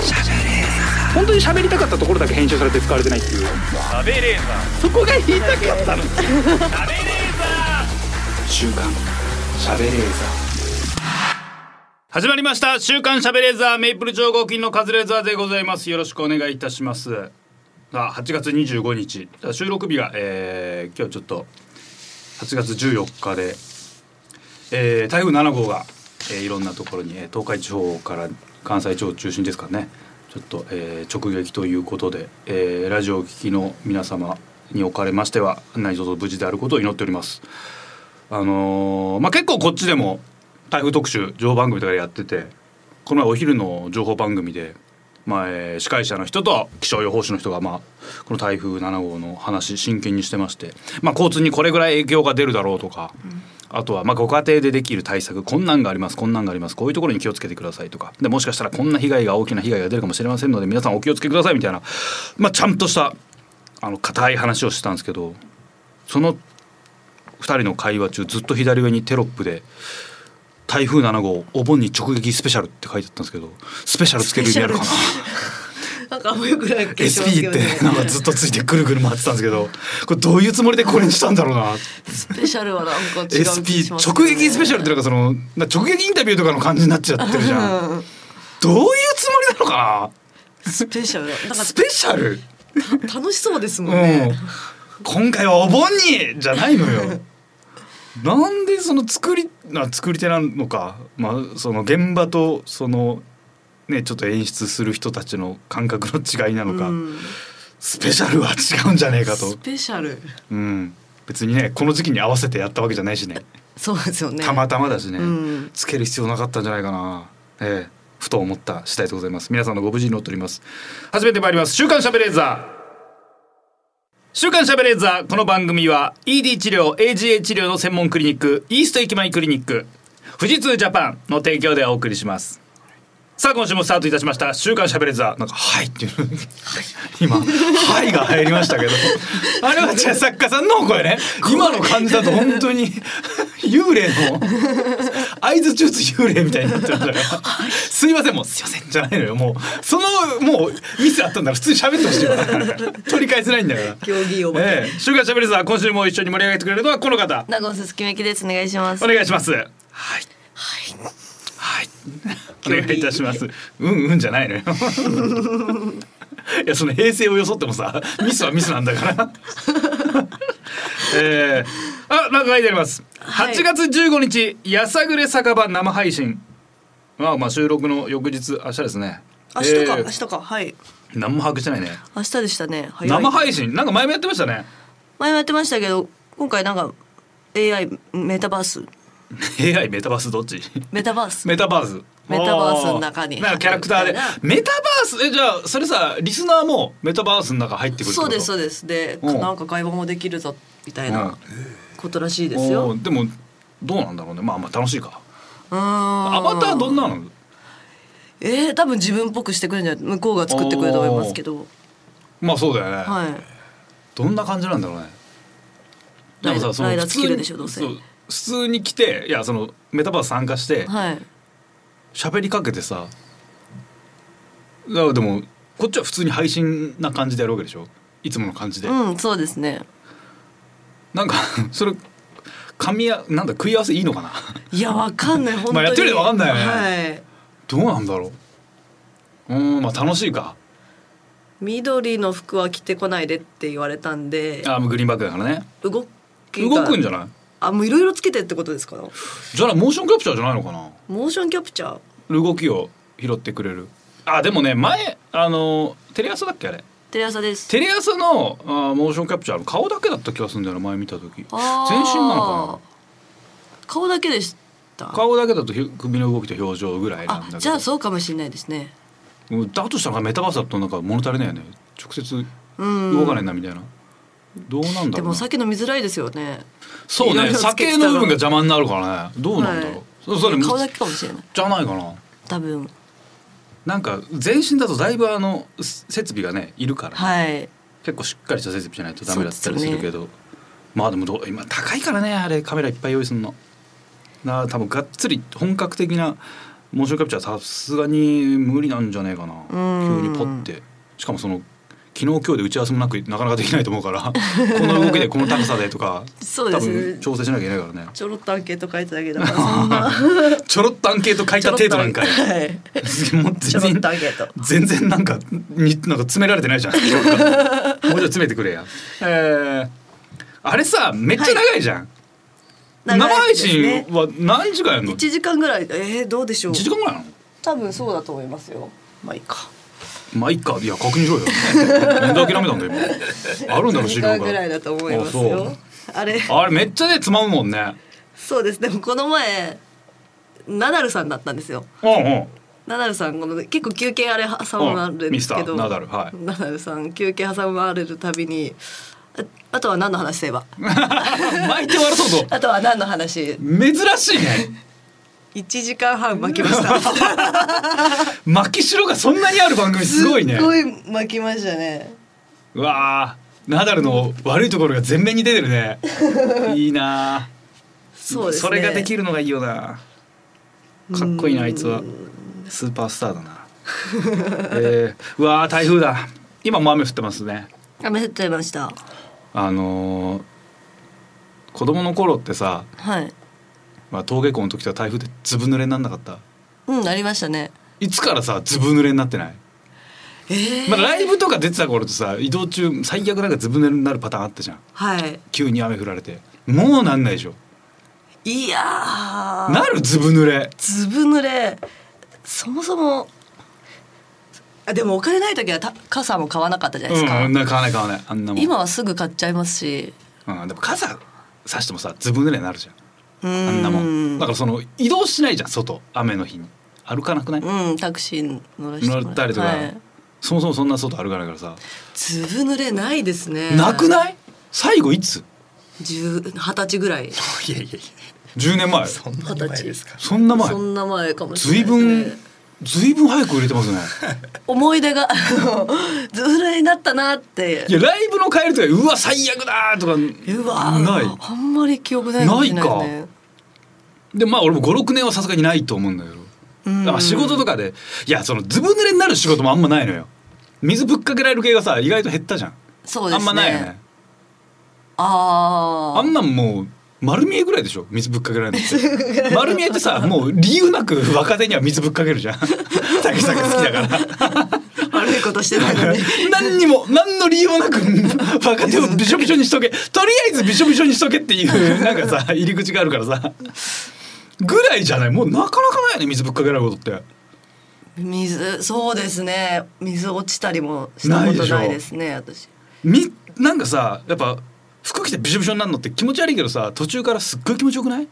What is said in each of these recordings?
本当に喋りたかったところだけ編集されて使われてないっていう。 喋れーそこが言いたかったの。 喋れーザ週刊喋れー始まりました。週刊喋れーザー、メイプル超合金のカズレーザーでございます。よろしくお願いいたします。8月25日収録日が、今日ちょっと8月14日で、台風7号が、いろんなところに、東海地方から関西地方中心ですかね、ちょっと、直撃ということで、ラジオを聴きの皆様におかれましては何卒無事であることを祈っております。結構こっちでも台風特集情報番組とかやってて、この前お昼の情報番組で、司会者の人と気象予報士の人が、この台風7号の話真剣にしてまして、交通にこれぐらい影響が出るだろうとか、あとはご家庭でできる対策、こんなんがあります、こんなんがあります、こういうところに気をつけてくださいとかで、もしかしたらこんな大きな被害が出るかもしれませんので皆さんお気をつけくださいみたいな、ちゃんとした固い話をしてたんですけど、その2人の会話中ずっと左上にテロップで台風7号お盆に直撃スペシャルって書いてあったんですけど、スペシャルつける意味あるかななんかあんまよくない気がしますけどね。 SP ってなんかずっとついてぐるぐる回ってたんですけど、これどういうつもりでこれにしたんだろうな。 スペシャルはなんか違う気がしますけどね。 SP 直撃スペシャルってなんか直撃インタビューとかの感じになっちゃってるじゃんどういうつもりなのかな。 スペシャルなんかスペシャル楽しそうですもんね、 今回はお盆にじゃないのよなんでその作り手なのか、その現場とそのねちょっと演出する人たちの感覚の違いなのか、スペシャルは違うんじゃねえかと。 スペシャル、 別にねこの時期に合わせてやったわけじゃないしね。 そうですよね、 たまたまだしね、つける必要なかったんじゃないかな、ふと思った次第でございます。皆さんのご無事に祈っております。初めて参ります、週刊しゃべれーザー。週刊しゃべれーザー、この番組は ED 治療 AGA 治療の専門クリニックイースト駅前クリニック富士通ジャパンの提供でお送りします。さあ今週もスタートいたしました週刊しゃべれーザー。なんかはいっていう今はいが入りましたけどあれは作家さんの声ね。今の感じだと本当に幽霊の合図中つ幽霊みたいになってるからすいません、もうすいませんじゃないのよ。もうミスあったんだら普通に喋ってほしいわ取り返せないんだから競技を、 週刊しゃべれーザー、今週も一緒に盛り上げてくれるのはこの方、 名古屋すきめきです。お願いします。 お願いします。はいお願いいたします。じゃないのよいやその平成を装ってもさミスはミスなんだからなんか書いてあります、8月15日やさぐれ酒場生配信。収録の翌日、明日ですね。 明日か、はい。 何も把握してないね。 明日でしたね。 生配信なんか前もやってましたね。 前もやってましたけど、今回なんか AI メタバース AI メタバースどっち？ メタバースメタバースの中になんかキャラクターでメタバースじゃあそれさリスナーもメタバースの中入ってくるってこと？ そうですで、なんか会話もできるぞみたいなことらしいですよ。 でもどうなんだろうね。楽しいか。アバターどんなの？ 多分自分っぽくしてくれるんじゃない、向こうが作ってくれると思いますけど。 そうだよね、どんな感じなんだろうね。 ライダーつけるでしょどうせ。 普通に来て、そのメタバース参加して喋りかけてさ、でもこっちは普通に配信な感じでやるわけでしょ、いつもの感じで。 そうですね。 なんかそれなんだ食い合わせいいのかな。 いやわかんない本当にやってるでわかんないよね、どうなんだろう。楽しいか。 緑の服は着てこないでって言われたんで。 もうグリーンバックだからね。 動くんじゃない。 もういろいろつけてってことですか。 じゃあモーションキャプチャーじゃないのかな。 モーションキャプチャー、 動きを拾ってくれる。でもね前テレ朝だっけ、あれテレ朝です。 テレ朝のモーションキャプチャーの顔だけだった気がするんだよな、前見た時。全身なのかな。 顔だけでした。 顔だけだと首の動きと表情ぐらいなんだけど。 じゃあそうかもしれないですね。 だとしたらメタバースだとなんか物足りないよね、直接動かないなみたいな。どうなんだろうな。 でも酒飲みづらいですよね。 そうね、酒の部分が邪魔になるからね。どうなんだろう、それ顔だけかもしれない。 じゃないかな多分。 なんか全身だとだいぶ設備がねいるから、結構しっかりした設備じゃないとダメだったりするけど、でも今高いからね、あれカメラいっぱい用意するの。多分がっつり本格的なモーションキャプチャーさすがに無理なんじゃねえかな。急にポッて、しかもその昨日今日で打ち合わせもなくなかなかできないと思うからこの動きでこの高さでとかそうですね、 多分調整しなきゃいけないからね。 ちょろっとアンケート書いただけだからそんなちょろっとアンケート書いた程度なんかい。 はい、 もうちょろっとアンケート全然なんか詰められてないじゃんもうちょっと詰めてくれや。あれさめっちゃ長いじゃん、生配信は何時間やるの？ 1時間ぐらい。どうでしょう。 1時間ぐらいなの？ 多分そうだと思いますよ。まあいいか。 まあいいか。いや確認しろよ。なんで諦めたんだ今。あるんだろ資料が。1時間ぐらいだと思いますよ。あれめっちゃねつまむもんね。 そうです。でもこの前ナダルさんだったんですよ。ナダルさんこの結構休憩あれ挟まるんですけど、 ミスターナダル、はい、 ナダルさん休憩挟まれるたびにあとは何の話すれば巻いて終わらそうと。 あとは何の話。 珍しいね。 1時間半巻きました巻きしろがそんなにある番組すごいね。 すごい巻きましたね。 うわーナダルの悪いところが全面に出てるね。いいな。 そうですね、 それができるのがいいよな。かっこいいなあいつは。スーパースターだな。うわー台風だ。今も雨降ってますね。 雨降ってました。 子供の頃ってさ、 はい、 まあ、登下校の時とは台風でずぶ濡れになんなかった？ なりましたね。 いつからさずぶ濡れになってない？まあ、ライブとか出てた頃とさ移動中最悪なんかずぶ濡れになるパターンあったじゃん、 はい、 急に雨降られて。もうなんないでしょ。 いやなるずぶ濡れ。 ずぶ濡れそもそもでもお金ない時は傘も買わなかったじゃないですか、 買わないあんなもん。 今はすぐ買っちゃいますし、 でも傘さしてもさずぶ濡れになるじゃんあんなもん。だからその移動しないじゃん外雨の日に歩かなくない？タクシー乗ったりとか、はい、そもそもそんな外歩かないからさ。 ずぶ濡れないですね。 なくない？最後いつ ？20歳ぐらい。いや10年前。 そんな前ですか？ そんな前かもしれないですね。 ずいぶん早く売れてますね。 思い出がずぶ濡れになったなって。いやライブの帰りとかうわ最悪だとかない。 あんまり記憶ないかもしれないね。 ないか。でまあ俺も 5,6 年はさすがにないと思うんだけど、だから仕事とかでいやそのずぶ濡れになる仕事もあんまないのよ。水ぶっかけられる系がさ意外と減ったじゃん。 そうですね。 あんまないよね。あんなんもう丸見えぐらいでしょ水ぶっかけられるのって。丸見えってさもう理由なく若手には水ぶっかけるじゃん。竹さんが好きだから悪いことしてないのに何の理由もなく若手をびしょびしょにしとけとりあえずびしょびしょにしとけっていうなんかさ入り口があるからさぐらいじゃない。もうなかなかないよね水ぶっかけられることって。 そうですね。水落ちたりもしたことないですね私。 なんかさやっぱ服着てびしょびしょになるのって気持ち悪いけどさ途中からすっごい気持ちよくない？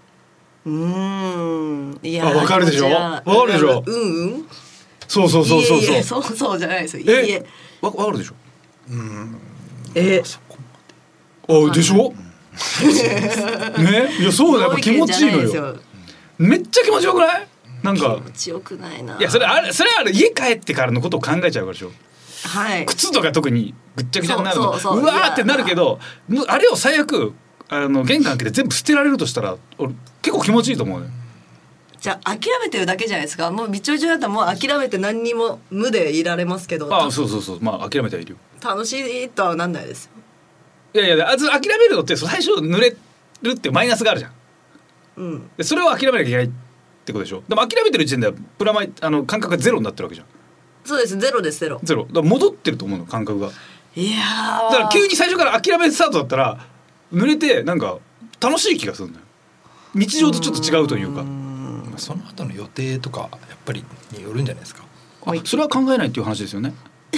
いやわかるでしょ。わかるでしょ。そうそうじゃないですよ。 わかるでしょ。 でしょ。ねいやそうだやっぱ気持ちいいのよ。めっちゃ気持ちよくない？なんか気持ちよくないな。 いやそれは家帰ってからのことを考えちゃうからでしょ。 はい、 靴とか特にぐっちゃぐちゃになるのうわーってなるけどあれを最悪玄関開けて全部捨てられるとしたら俺結構気持ちいいと思うよ。 じゃあ諦めてるだけじゃないですか。もうびちょびちょだったらもう諦めて何にも無でいられますけど。 そうまあ諦めてはいるよ。楽しいとはなんないですよ。いや諦めるのって最初濡れるってマイナスがあるじゃん、でそれを諦めなきゃいけないってことでしょ。でも諦めてる時点では感覚がゼロになってるわけじゃん。 そうですゼロですゼロだから戻ってると思うの感覚が。 いやだから急に最初から諦めスタートだったら濡れてなんか楽しい気がするんだよ。日常とちょっと違うというかその後の予定とかやっぱりによるんじゃないですか。 それは考えないっていう話ですよね。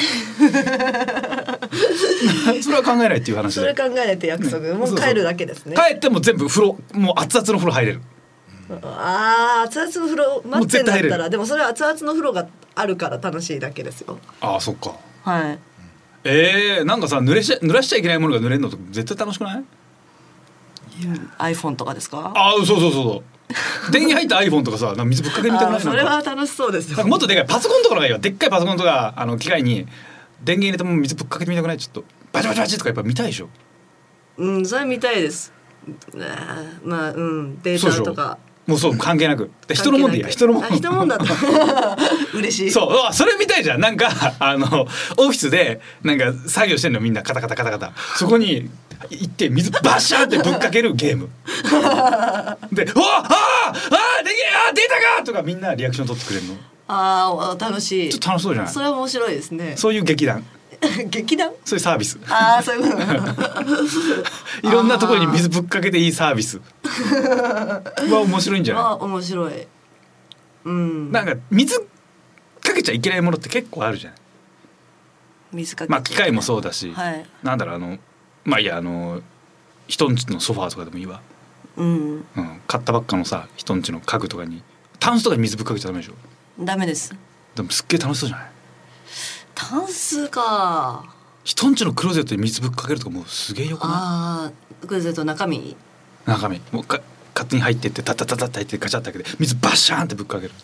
それは考えないっていう話で。 それ考えないって約束、もう帰るだけですね。 帰っても全部風呂もう熱々の風呂入れる。 熱々の風呂待ってんだったらでもそれは熱々の風呂があるから楽しいだけですよ。 そっか。 はい。 なんかさ濡らしちゃいけないものが濡れるのと絶対楽しくない？ iPhone とかですか？ そう電源入った iPhone とかさなんか水ぶっかけみたいな。 それは楽しそうですよ。 なんかもっとでかいパソコンとかのがいいよ。でっかいパソコンとか機械に電源入れても水ぶっかけてみたくない？ちょっとバチバチバチとかやっぱ見たいでしょ。 それ見たいです。データとかもうそう関係なくで人のもんでいいや人のもん人のもんだった嬉しい。 そうそれみたいじゃん。なんかオフィスでなんか作業してんのみんなカタカタカタカタそこに行って水バシャーってぶっかけるゲームで「うわああでけえあ出たか!」とかみんなリアクション取ってくれるの。 あ楽しい。 ちょっと楽しそうじゃない。 それは面白いですね。 そういう劇団劇団そういうサービスそういうこといろんなところに水ぶっかけていいサービスは面白いんじゃない。 面白い。 なんか水かけちゃいけないものって結構あるじゃない。 水かけまあ機械もそうだし、 はい、 なんだろうまあいや人んちのソファーとかでもいいわ、買ったばっかのさ人んちの家具とかにタンスとかに水ぶっかけちゃダメでしょ。 ダメです。 でもすっげえ楽しそうじゃない。 タンスか。 人んちのクローゼットに水ぶっかけるとかもうすげえよくない。 クローゼット中身もう勝手に入ってってタタタタタ入ってガチャって開けて水バッシャーンってぶっかける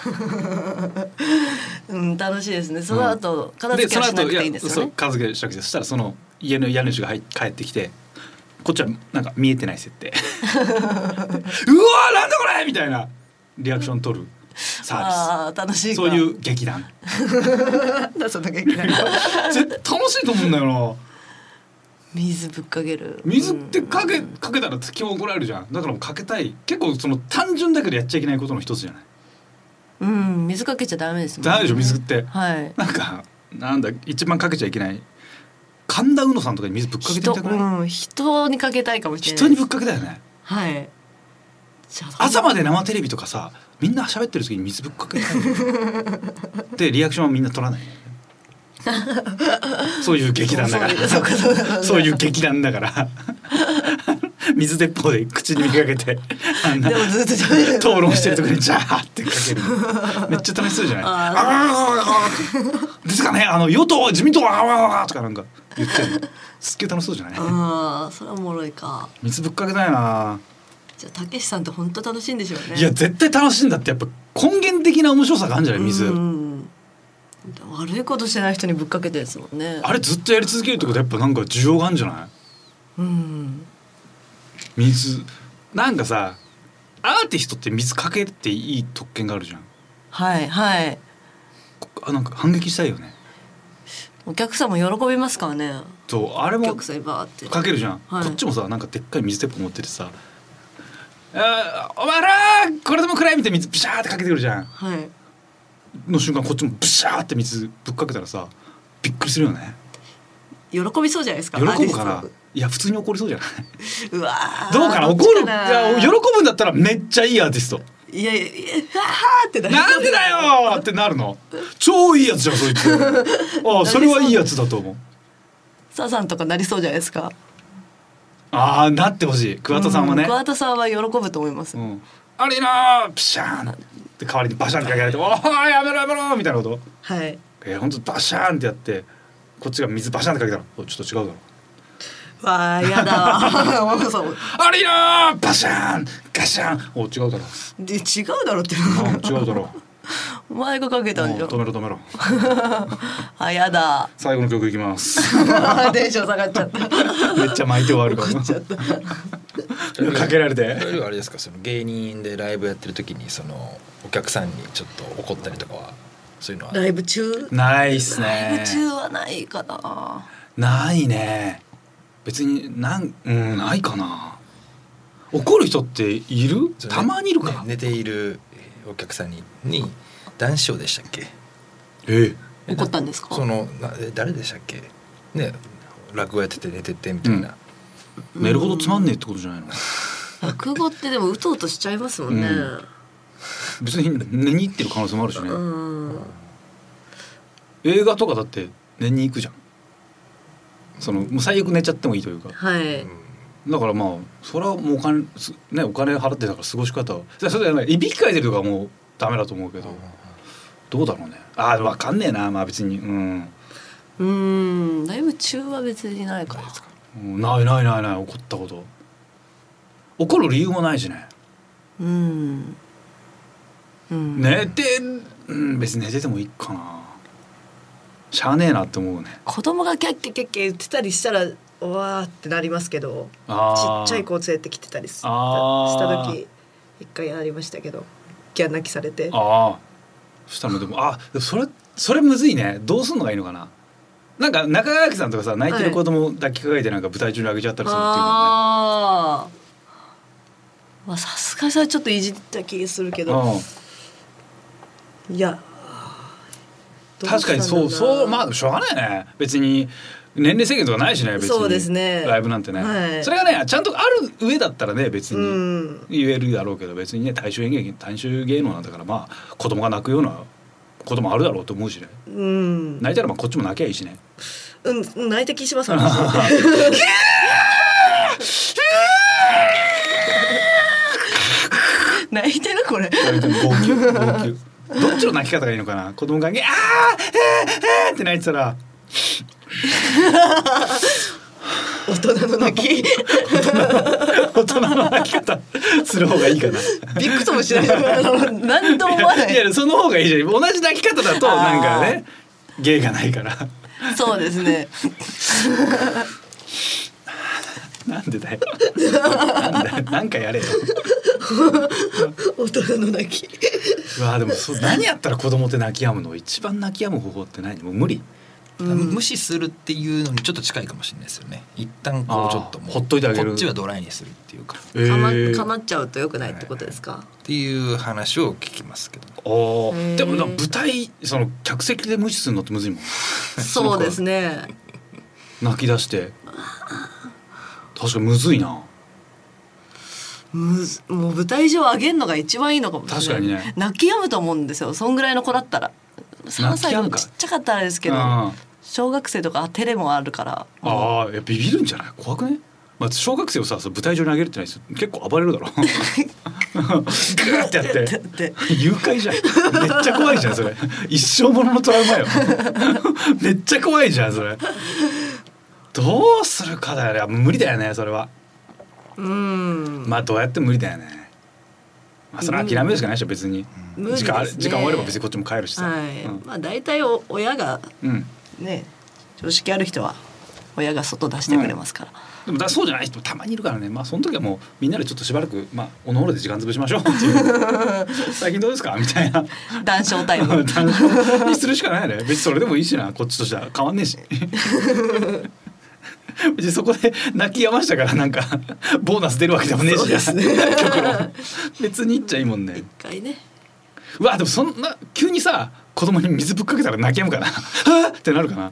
楽しいですね。その後、片付けはしなくていいんですよね。 そう片付けしなくて、そしたらその家の家主が帰ってきてこっちはなんか見えてない設定うわーなんだこれみたいなリアクション取るサービス。 楽しい。 そういう劇団その劇団絶対楽しいと思うんだよな。 水ぶっかける。 水ってかけたら基本怒られるじゃん。だからもうかけたい。結構その単純だけどやっちゃいけないことの一つじゃない。 水かけちゃダメですもんね。 ダメでしょ水って。 はい。 なんだ一番かけちゃいけない。神田うのさんとかに水ぶっかけてみたくない？ 人にかけたいかもしれない。 人にぶっかけたよね。 はい。 朝まで生テレビとかさ、みんな喋ってる時に水ぶっかけたい。でリアクションはみんな取らない。そういう劇団だからそういう劇団だから水鉄砲で口に見かけてでもずっと討論してるところにジャーってかけるめっちゃ楽しそうじゃないですかね。与党自民党はとかなんか言ってるすっげえ楽しそうじゃない。 それはおもろいか。 水ぶっかけたいな。 じゃあたけしさんって本当楽しいんでしょうね。 いや絶対楽しいんだって。やっぱ根源的な面白さがあるんじゃない水。 悪いことしてない人にぶっかけてるんですもんね。 あれずっとやり続けるってことはやっぱなんか需要があるんじゃない。水なんかさアーティストって水かけていい特権があるじゃん。 はいはい。 なんか反撃したいよね。 お客さんも喜びますからね。 そうあれもかけるじゃん、こっちもさなんかでっかい水鉄砲持っててさお前らこれでもくらいみたいな水ビシャーってかけてくるじゃん、の瞬間こっちもブシャーって水ぶっかけたらさびっくりするよね。 喜びそうじゃないですか。 喜ぶかな。いや普通に怒りそうじゃないうわどうかな。怒る。いや喜ぶんだったらめっちゃいいアーティスト。 いやってなんでだよってなるの。超いいやつじゃんそいつそれはいいやつだと思う。 サザンとかなりそうじゃないですか。 なってほしい。桑田さんはね。 桑田さんは喜ぶと思います。 あれなピシャーンって代わりにバシャンってかけられて「おーやめろやめろ」みたいなこと。ほんとバシャーンってやってこっちが水バシャンってかけたらちょっと違うだろ。 わーやだわあれなバシャンガシャン違うだろ。 違うだろって違うだろお前がかけたんじゃん。 止めろやだ。 最後の曲いきますテンション下がっちゃっためっちゃ巻いて終わるからかけられて。 あれですか、その芸人でライブやってる時にそのお客さんにちょっと怒ったりとかはそういうのは。 ライブ中ないっすね。 ライブ中はないかな。 ないね別にないかな。怒る人っている？たまにいるか、 寝ているお客さんに談笑でしたっけ。 怒ったんですか。 誰でしたっけね。落語やってて寝ててみたいな、 寝るほどつまんねえってことじゃないの。 落語ってでもうとうとしちゃいますもんね、 別に寝に行ってる可能性もあるしね。映画とかだって寝に行くじゃん。もう最悪寝ちゃってもいいというか、だからまあそれはもうお金払ってたから過ごし方はそれでいびきかいてるとかもうダメだと思うけど、どうだろうね。分かんねえな。まあ別にライブ中は別にないからですか。 ない怒ったこと。怒る理由もないしね。寝て別に寝ててもいいかな。しゃあねえなって思うね。 子供がキャッキャキャッキャ言ってたりしたらわーってなりますけど、ちっちゃい子を連れてきてたりした時一回ありましたけどギャン泣きされて。 ああそしたらでもそれむずいね。どうすんのがいいのかな。なんか中川家さんとかさ泣いてる子供抱きかかえてなんか舞台中にあげちゃったりするっていうのね。 ああ、まあさすがにそれちょっといじった気するけど、いや確かにそうまあしょうがないね。別に年齢制限とかないしね別に。 そうですね。 ライブなんてね、 はい、 それがねちゃんとある上だったらね別に言えるだろうけど、別にね大衆芸能なんだからまあ子供が泣くようなこともあるだろうと思うしね、泣いたらまあこっちも泣きゃいいしね。 泣いた気します泣いてるこれ。 号泣どっちの泣き方がいいのかな。子供がって泣いてたら大人の泣き大人の泣き方する方がいいかな。 びくともしない何とも思わない。 いやその方がいいじゃん。同じ泣き方だとなんかね芸がないから。 そうですね。 なんでだよ。なんかやれよ。 大人の泣き。 うわでも何やったら子供って泣き止むの？一番泣き止む方法って何？もう無理。 無視するっていうのにちょっと近いかもしれないですよね。一旦こうちょっともうほっといてあげる。 こっちはドライにするっていうか。 かまっちゃうと良くないってことですか？ はい、っていう話を聞きますけど。 でも舞台その客席で無視するのってむずいもん。 そうですね。 泣き出して確かにむずいな。 もう舞台上上げるのが一番いいのかもしれない。 確かにね。 泣き止むと思うんですよ。そんぐらいの子だったら。3歳のちっちゃかったらですけど、小学生とかテレもあるから。 いやビビるんじゃない？怖くね？まあ、小学生をさ舞台上に上げるってないです。結構暴れるだろ。グーってやって誘拐じゃん。めっちゃ怖いじゃんそれ。一生もののトラウマよ。めっちゃ怖いじゃんそれ。どうするかだよね。無理だよねそれは。まあどうやっても無理だよね。まあそれは諦めるしかないでしょ別に。時間終われば別にこっちも帰るしさ。 まあ大体親がね常識ある人は親が外出してくれますから。 でもそうじゃない人もたまにいるからね。まあその時はもうみんなでちょっとしばらくまあおのおので時間潰しましょうっていう最近どうですかみたいな談笑タイム談笑にするしかないね。別にそれでもいいしなこっちとしては変わんねえし。別にそこで泣き止ましたからなんかボーナス出るわけでもねえし、極論別に言っちゃいいもんね。 一回ね。 うわでもそんな急にさ子供に水ぶっかけたら泣き止むかな。はぁってなるかな。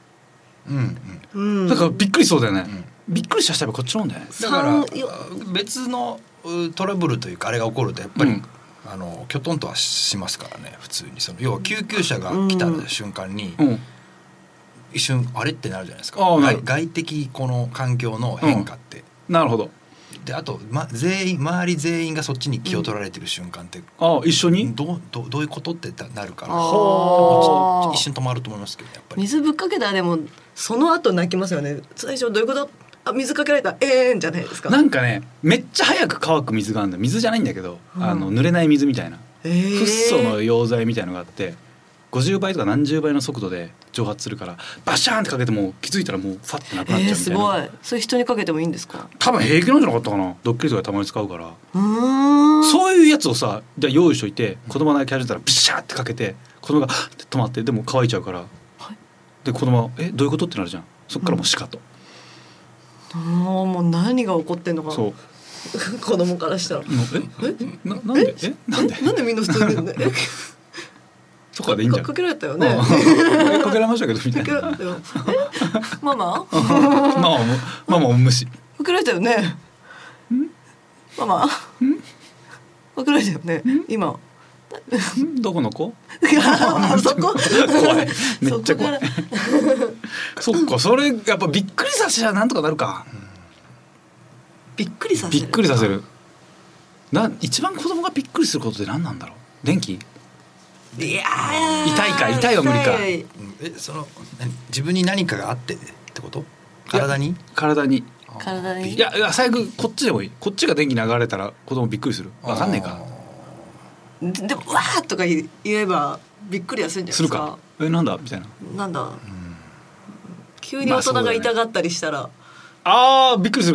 なんかびっくりそうだよね。びっくりした人はこっちのもんだよね。 だから別のトラブルというかあれが起こるとやっぱり、きょとんとはしますからね。普通にその要は救急車が来た瞬間に、一瞬あれってなるじゃないですか。外的この環境の変化って、 なるほど。 であと、周り全員がそっちに気を取られてる瞬間って、 一緒にどういうことってなるから一瞬止まると思いますけど、やっぱり水ぶっかけたらでもその後泣きますよね。最初どういうこと？水かけられたらじゃないですか。 なんかねめっちゃ早く乾く水があるんだ。水じゃないんだけど、濡れない水みたいな、フッ素の溶剤みたいのがあって50倍とか何十倍の速度で蒸発するからバシャーンってかけても気づいたらもうファッてなくなっちゃうみたいな。 すごい。それ人にかけてもいいんですか？ 多分平気なんじゃなかったかな。ドッキリとかたまに使うから。そういうやつをさじゃあ用意しといて子供が泣き始めたらビシャーってかけて子供がって止まってでも乾いちゃうから、で子供はどういうことってなるじゃん。そっからもうシカと、 もう何が起こってんのか。そう子供からしたらなんでみんな普通にそこでいいんじゃん。 かけられたよね。 かけられましたけどみたいな。 ママママ無視。 かけられたよね。ママかけられたよね今。 どこの子？ そこ怖い。めっちゃ怖い。そっかそれやっぱびっくりさせちゃなんとかなるか。 びっくりさせる。 一番子供がびっくりすることって何なんだろう。電気？ いや痛いは無理か。 その自分に何かがあってってこと？体にいや最悪こっちでもいい。こっちが電気流れたら子供びっくりする。わかんないか。 でもわーとか言えばびっくりはするんじゃないですか。 するか。なんだみたいな。 なんだ。急に大人が痛がったりしたら。 びっくりするかな。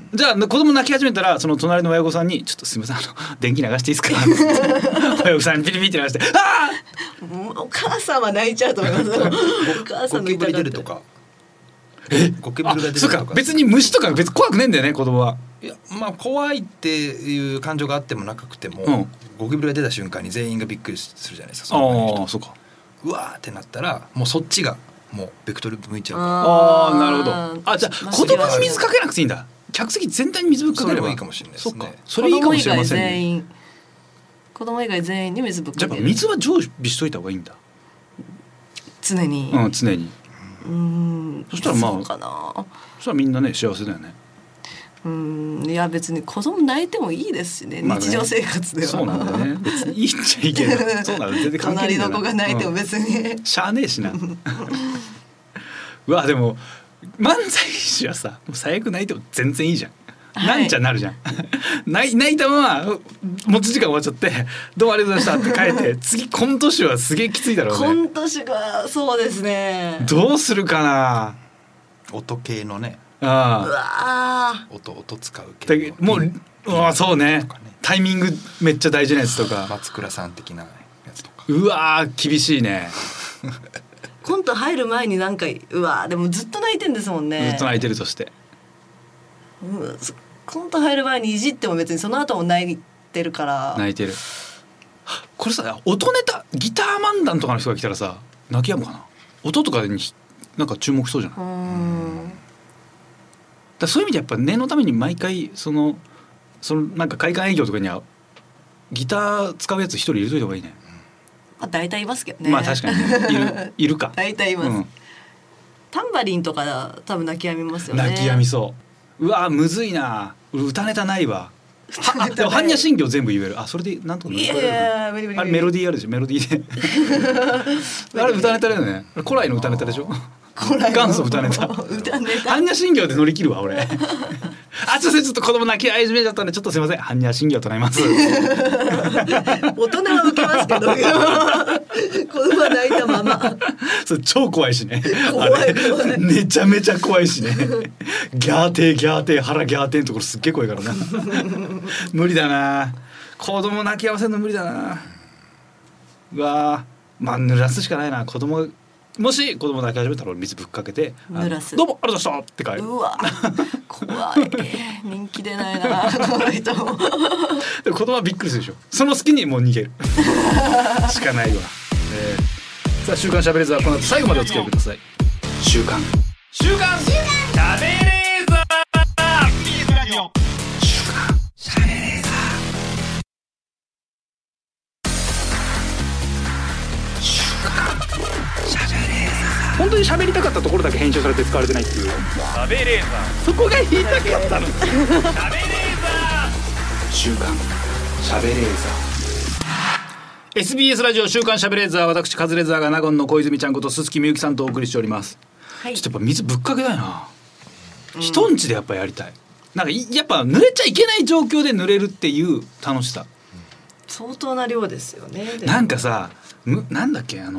じゃあ子供泣き始めたらその隣の親御さんにちょっとすみません電気流していいですか親御さんにピリピリって流してあお母さんは泣いちゃうと思いますお母さんのゴキブリ出るとかゴキブリが出るそうか別に虫とか別に怖くねえんだよね子供は。 いやまあ怖いっていう感情があってもなくても、ゴキブリが出た瞬間に全員がびっくりするじゃないですか。 ああそうか。 うわーってなったらもうそっちがもうベクトル向いちゃうから。 ああなるほど。あじゃあ子供に水かけなくていいんだ。客席全体に水ぶっかければいいかもしれないですね。 それいいかもしれませんね。 子供以外全員に水ぶっかける。 じゃあ水は常備しといた方がいいんだ。 常に。 常に。そしたらまあそうかな。 そしたらみんなね幸せだよね。 いや別に子供泣いてもいいですしね、日常生活では。 そうなんだよね。別にいいっちゃいいけどそうなんだ全然関係ないんだよな。隣の子が泣いても別に、 しゃあねえしなうわでも漫才師はさもう最悪泣いても全然いいじゃん、なんちゃなるじゃん泣いたまま持ち時間終わっちゃってどうもありがとうございましたって帰って次コント師はすげえきついだろうね。 コント師がそうですね。 どうするかな。 音系のね。 ああ音使う系もうそうねタイミングめっちゃ大事なやつとか松倉さん的なやつとか。 うわ厳しいねコント入る前になんかでもずっと泣いてんですもんね。 ずっと泣いてるとして、 コント入る前にいじっても別にその後も泣いてるから。 泣いてる。これさ音ネタギター漫談とかの人が来たらさ泣きやむかな。音とかになんか注目そうじゃない。だそういう意味でやっぱ念のために毎回そのなんか会館営業とかにはギター使うやつ一人入れといた方がいいね。 大体いますけどね。 まあ確かに、ね、いるか。 大体います、タンバリンとか多分泣き止みますよね。 泣き止みそう。うわむずいな。歌ネタないわ。でも般若心経全部言える。それでなんとか乗り越えられる。あれメロディーあるでしょ。メロディーであれ歌ネタだよね。古来の歌ネタでしょ。元祖歌ネタ。般若心経で乗り切るわ俺すいませんちょっと子供泣き始めちゃったんでちょっとすいません般若心経となります大人は受けますけど子供は泣いたままそれ超怖いしね。 怖いめちゃめちゃ怖いしねギャーテー腹ギャーテーのところすっげえ怖いからな無理だな。子供泣き合わせるの無理だな。うわまあ濡らすしかないな。もし子供泣き始めたら水ぶっかけて濡らす。 どうもありがとうございましたって帰る。 うわ怖い人気出ないなこの人でも子供はびっくりするでしょ。その隙にもう逃げるしかないわ。さあ週刊しゃべれーザーこの後最後までお付き合いください。 週刊しゃべれーザー本当に喋りたかったところだけ編集されて使われてないっていう。 しゃべれーザそこが言いたかったの。しゃべれーザ週刊しゃべれーザ SBS ラジオ週刊しゃべれーザー私カズレーザーが納言の小泉ちゃんこと鈴木みゆきさんとお送りしております、ちょっとやっぱ水ぶっかけたいな、人んちでやっぱやりたい。なんかやっぱ濡れちゃいけない状況で濡れるっていう楽しさ、 相当な量ですよね。 なんかさなんだっけ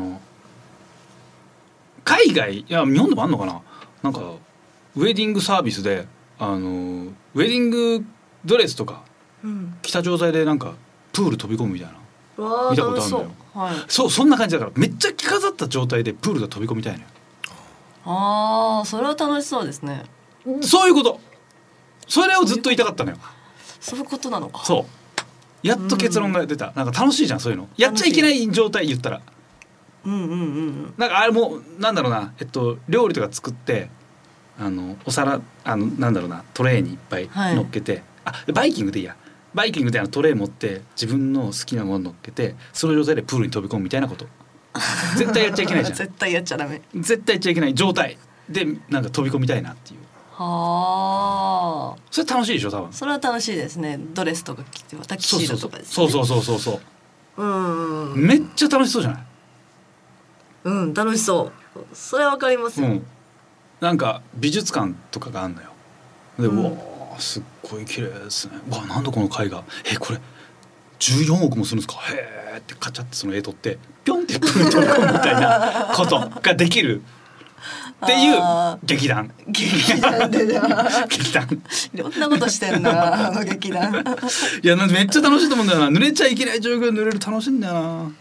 海外日本でもあんのかな。なんかウェディングサービスでウェディングドレスとか着た状態でなんかプール飛び込むみたいな、見たことあるんだよ。そんな感じだからめっちゃ着飾った状態でプールが飛び込みたいのよ。 それは楽しそうですね。 そういうこと。それをずっと言いたかったのよ。 そういうことなのか。 そうやっと結論が出た。なんか楽しいじゃんそういうの。やっちゃいけない状態言ったらなんかあれもなんだろうな、料理とか作ってお皿なんだろうなトレーにいっぱい乗っけて、バイキングでいいや。バイキングでトレー持って自分の好きなもの乗っけてその状態でプールに飛び込むみたいなこと絶対やっちゃいけないじゃん絶対やっちゃダメ。 絶対やっちゃいけない状態でなんか飛び込みたいなっていう。それ楽しいでしょ多分。 それは楽しいですね。ドレスとか着てタキシードとかですね。そうめっちゃ楽しそうじゃない。 楽しそう。それはわかりますよ、 なんか美術館とかがあるのよ。で、わあすっごい綺麗ですね。わなんだこの絵画。これ14億もするんですか。へーってカチャってその絵撮ってピョンってプールに飛び込むみたいなことができるっていう劇団。 劇団でな劇団。 いろんなことしてんなあの劇団。 いやめっちゃ楽しいと思うんだよな。濡れちゃいけない状況で濡れる楽しいんだよな。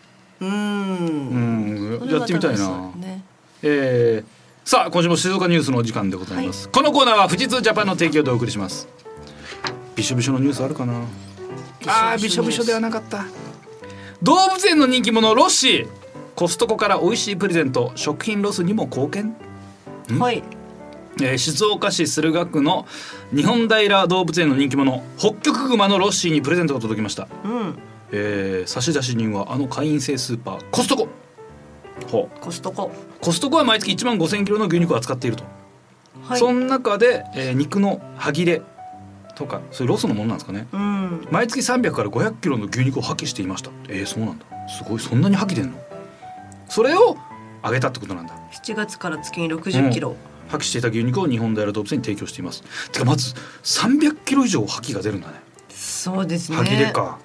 やってみたいな。さあ今週も静岡ニュースのお時間でございます、このコーナーは富士通ジャパンの提供でお送りします。びしょびしょのニュースあるかな。びしょびしょではなかった。動物園の人気者ロッシー、コストコから美味しいプレゼント、食品ロスにも貢献。 はい、 静岡市駿河区の日本平動物園の人気者ホッキョクグマのロッシーにプレゼントが届きました、差出人はあの会員制スーパーコストコ。 コストコは毎月1万5000キロの牛肉を扱っていると、その中で、肉の歯切れとかそういうロスのものなんですかね、毎月300から500キロの牛肉を破棄していました。そうなんだ、すごい。そんなに破棄でんの。それをあげたってことなんだ。 7月から月に60キロ、 破棄していた牛肉を日本平動物園に提供しています。てかまず300キロ以上破棄が出るんだね。 そうですね。 歯切れか。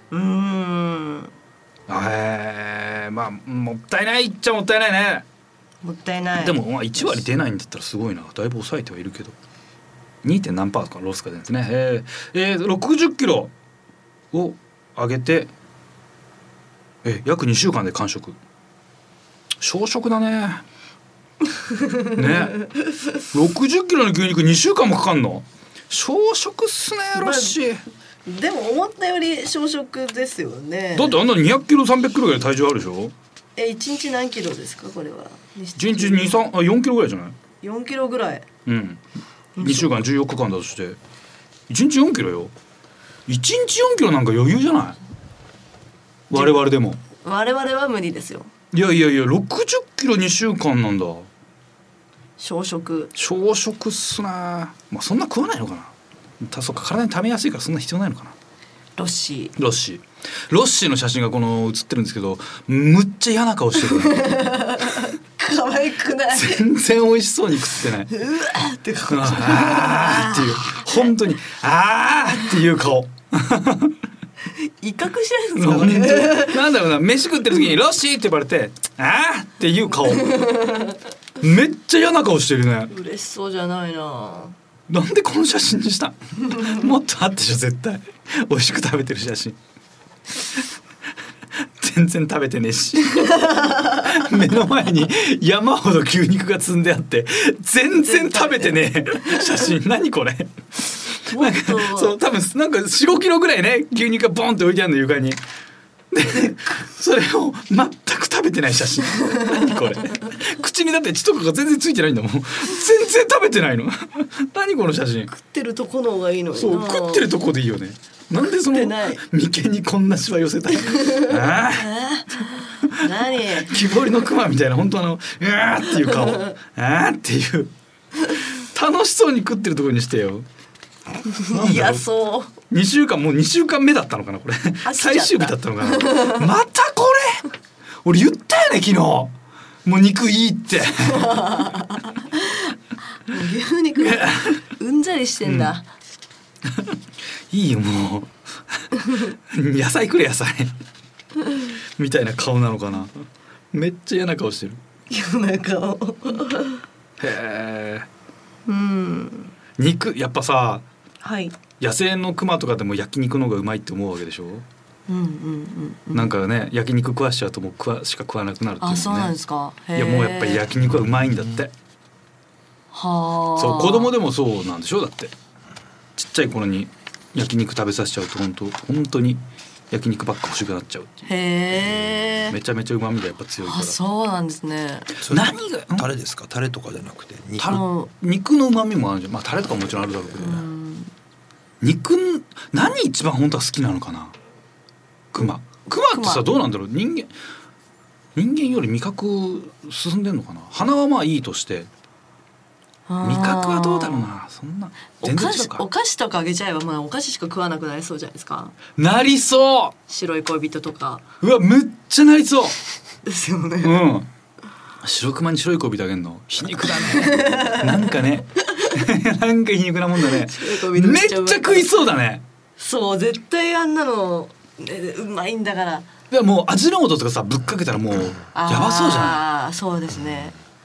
まあもったいないっちゃもったいないね。 もったいない。 でも1割出ないんだったらすごいな。だいぶ抑えてはいるけど 2. 何パーとかロスが出るんですね。60キロを上げて約2週間で完食。小食だね。60キロの牛肉2週間もかかんの。小食っすねロッシー。 でも思ったより小食ですよね。 だってあんな200キロ300キロぐらい体重あるでしょ。 1日何キロですかこれは。 1日4キロぐらいじゃない。 4キロぐらい。 2週間14日間だとして1日4キロよ。1日4キロなんか余裕じゃない。我々でも。 我々は無理ですよ。 いや60キロ2週間なんだ。 小食っすな。まあそんな食わないのかな。そうか、体に溜めやすいからそんな必要ないのかな。ロッシーの写真がこの写ってるんですけど、むっちゃ嫌な顔してる。 可愛くない。 全然美味しそうに食ってない。 うわーって顔。 っていう本当にっていう顔。 威嚇してるんですかね。 なんだろうな、飯食ってる時にロッシーって呼ばれてっていう顔。めっちゃ嫌な顔してるね。 嬉しそうじゃないな。 なんでこの写真にしたもっとあってしょ絶対。美味しく食べてる写真。全然食べてねえし。目の前に山ほど牛肉が積んであって全然食べてねえ写真。何これ。なんかそう多分なんか 4,5 キロぐらいね牛肉がボンって置いてあるの床に。でそれを全く食べてない写真。何これ。口にだって血とかが全然ついてないんだもん。全然食べてないの。何この写真。 食ってるとこの方がいいのにな。 そう食ってるとこでいいよね。なんでその眉間にこんなシワ寄せた。 何木彫りのクマみたいな本当っていう顔。っていう楽しそうに食ってるところにしてよ。 いやそう 2週間もう2週間目だったのかなこれ。最終日だったのかな。またこれ俺言ったよね昨日。もう肉いいって。 牛肉うんざりしてんだ。 いいよもう。野菜くれ野菜。みたいな顔なのかな。めっちゃ嫌な顔してる。 嫌な顔。 へえ。肉やっぱさ、はい、野生のクマとかでも焼肉の方がうまいって思うわけでしょ。なんかね焼肉食わしちゃうともうしか食わなくなるっていうね。 そうなんですか。 いやもうやっぱり焼肉はうまいんだって。はあ。そう子供でもそうなんでしょ。だってちっちゃい頃に焼肉食べさせちゃうと本当に焼肉ばっか欲しくなっちゃうっていう。へえ。めちゃめちゃ旨味がやっぱ強いから。 そうなんですね。 何がタレですか。タレとかじゃなくて肉の旨味もあるじゃん。まあタレとかもちろんあるだろうけどね。肉何一番本当は好きなのかな。クマってさどうなんだろう。人間より味覚進んでんのかな。鼻はまあいいとして味覚はどうだろうな。そんな全然違うか。 お菓子とかあげちゃえばまあお菓子しか食わなくなりそうじゃないですか。 なりそう。 白い恋人とか。 うわむっちゃなりそうですよね。 白熊に白い恋人あげんの皮肉だね。なんかねなんか皮肉なもんだね。めっちゃ食いそうだね。 そう絶対あんなの、うまいんだから。 でももう味の素とかさぶっかけたらもうやばそうじゃない。 そうですね。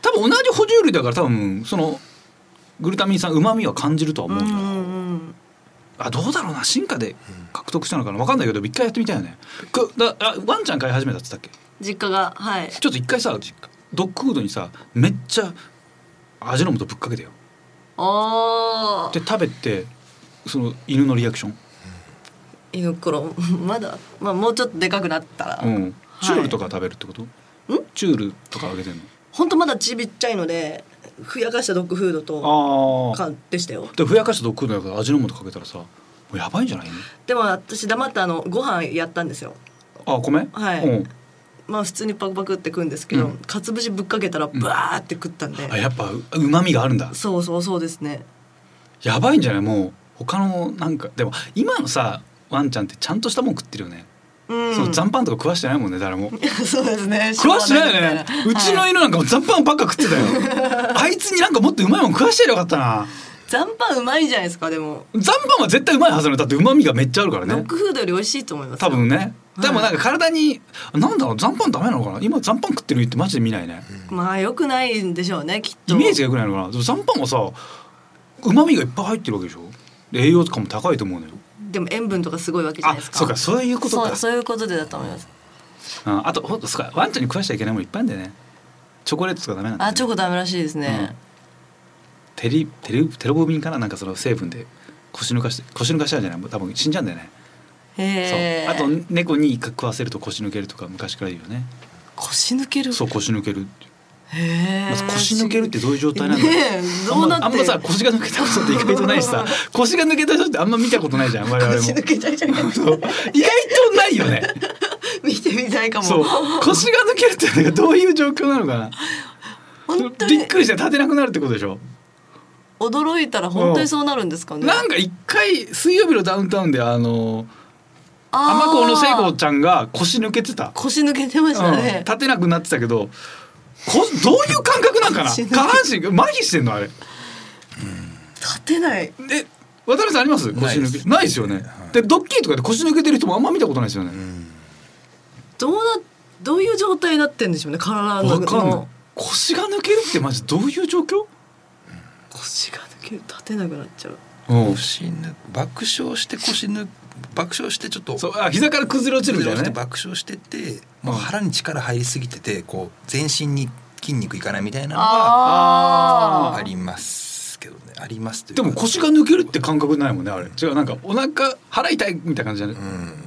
多分同じ哺乳類だから多分そのグルタミン酸旨味は感じるとは思うんだよ、どうだろうな、進化で獲得したのかな分かんないけど一回やってみたいよね。ワンちゃん飼い始めたって言ったっけ実家が。はい。 ちょっと一回さドッグフードにさめっちゃ味の素ぶっかけてよ。で食べてその犬のリアクション。 犬頃まだ、まあ、もうちょっとでかくなったら、 チュールとか食べるってこと？チュールとかあげてんの？ 本当まだちびっちゃいのでふやかしたドッグフードとかでしたよ。 でふやかしたドッグフードだから味の素かけたらさもうやばいんじゃないの？でも私黙ってご飯やったんですよ。 米？ はい。まあ普通にパクパクって食うんですけど、かつぶしぶっかけたらバーって食ったんで、 やっぱ旨味があるんだ。 そうですね。 やばいんじゃない？もう他のなんかでも今のさワンちゃんってちゃんとしたもん食ってるよね。その残飯とか食わしてないもんね誰も。 そうですね。 食わしてないよね。うちの犬なんかも残飯ばっか食ってたよ。あいつになんかもっとうまいもん食わしてやればよかったな。 残飯うまいじゃないですか。でも残飯は絶対うまいはずなの。だって旨味がめっちゃあるからね。 ドッグフードより美味しいと思います。 多分ね。でもなんか体になんだろう残飯ダメなのかな。今残飯食ってるってマジで見ないね。 まあ良くないんでしょうねきっと。 イメージが良くないのかな。でも残飯はさ旨味がいっぱい入ってるわけでしょ。栄養とかも高いと思うのよ。 でも塩分とかすごいわけじゃないですか。 そうかそういうことか。 そういうことでだと思います。 あとほんとワンちゃんに食わしちゃいけないものいっぱいあるんだよね。チョコレートとかダメなんだよね。 チョコダメらしいですね。 テロボビンかななんかその成分で腰抜かしちゃうじゃない。多分死んじゃうんだよね。そうあと猫に食わせると腰抜けるとか昔から言うよね。 腰抜ける？ そう腰抜ける。腰抜けるってどういう状態なんだろう。 あんまさ腰が抜けたことって意外とないしさ腰が抜けた人ってあんま見たことないじゃん我々も。 腰抜けたじゃない。 意外とないよね。 見てみたいかも。 そう腰が抜けるってどういう状況なのかな。 本当にびっくりして立てなくなるってことでしょ。 驚いたら本当にそうなるんですかね。 なんか一回水曜日のダウンタウンで天子の聖子ちゃんが腰抜けてた。 腰抜けてましたね。 立てなくなってたけどどういう感覚なんかな。下半身麻痺してんのあれ。 立てない。 で渡辺さんあります？腰抜けないですよね。でドッキリとかで腰抜けてる人もあんま見たことないですよね。 どういう状態になってんでしょうね体の。 わかんない。腰が抜けるってマジどういう状況？ 腰が抜ける立てなくなっちゃう。 爆笑して爆笑してちょっと膝から崩れ落ちるみたいなね。 爆笑しててもう腹に力入りすぎててこう全身に筋肉いかないみたいなのがありますけどね。ありますというか。 でも腰が抜けるって感覚ないもんねあれ。違うなんかお腹腹痛いみたいな感じじゃない。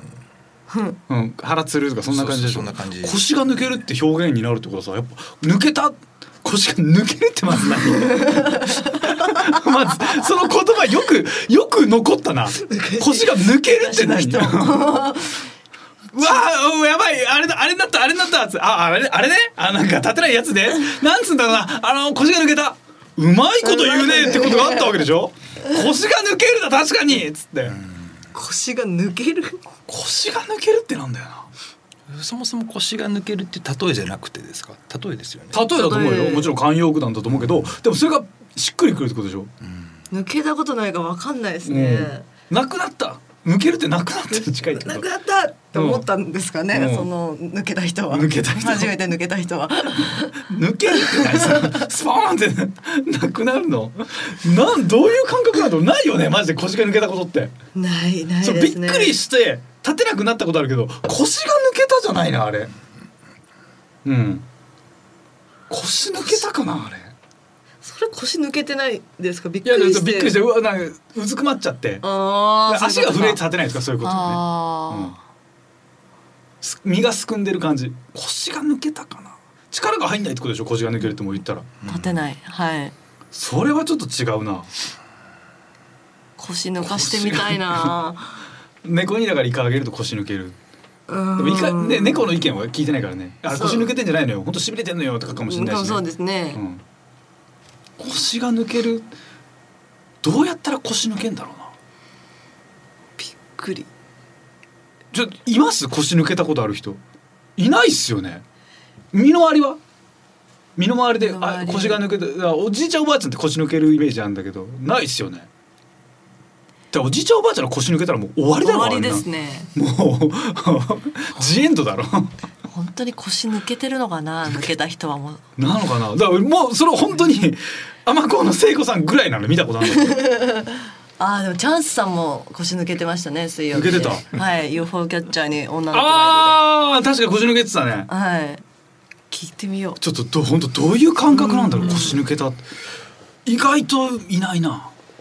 腹つるとかそんな感じでしょ。腰が抜けるって表現になるってことはさやっぱ抜けた腰が抜けるってまず何まずその言葉よく残ったな。腰が抜けるって何うわやばいあれになったあれねなんか立てないやつでなんつうんだろうな腰が抜けたうまいこと言うねってことがあったわけでしょ。腰が抜けるだ確かにっつって腰が抜ける腰が抜けるってなんだよな。 そもそも腰が抜けるって例えじゃなくてですか。例えですよね。 例えだと思うよ。もちろん慣用句なんだと思うけどでもそれがしっくりくるってことでしょ。 抜けたことないか分かんないですね。 なくなった抜けるってなくなったに近いってこと。 なくなったって思ったんですかね。その抜けた人は初めて抜けた人は抜けるってないさスポーンってなくなるのどういう感覚なの。ないよねマジで腰が抜けたことって。 ないですね。 びっくりして立てなくなったことあるけど腰が抜けたじゃないなあれ。腰抜けたかなあれ。 それ腰抜けてないですか。びっくりしてうわなんかうずくまっちゃって足が震えて立てないですか。そういうことね。身がすくんでる感じ。腰が抜けたかな。力が入んないってことでしょ。腰が抜けるっても言ったら立てない。はいそれはちょっと違うな。 腰抜かしてみたいな。 猫にだからイカあげると腰抜ける。でもイカ、ね、猫の意見は聞いてないからね。腰抜けてんじゃないのよ本当しびれてんのよとかかもしれないし、ね、 そうですね、 腰が抜けるどうやったら腰抜けんだろうな。 びっくり。 います腰抜けたことある人。いないっすよね。身の回りで腰が抜けたおじいちゃんおばあちゃんって腰抜けるイメージあるんだけどないっすよね。おじいちゃんおばあちゃんの腰抜けたらもう終わりだろ。 終わりですね。 もうジエンドだろ。 本当に腰抜けてるのかな、抜けた人はもうなのかな。だからもうそれ本当に天子の聖子さんぐらいなの見たことあるの。 あでもチャンスさんも腰抜けてましたね、水曜日で。 抜けてた。 はい、UFO キャッチャーに女の子がいるで。 ああ確かに腰抜けてたね。 はい、聞いてみよう。 ちょっと本当どういう感覚なんだろう、腰抜けた。意外といないな。 い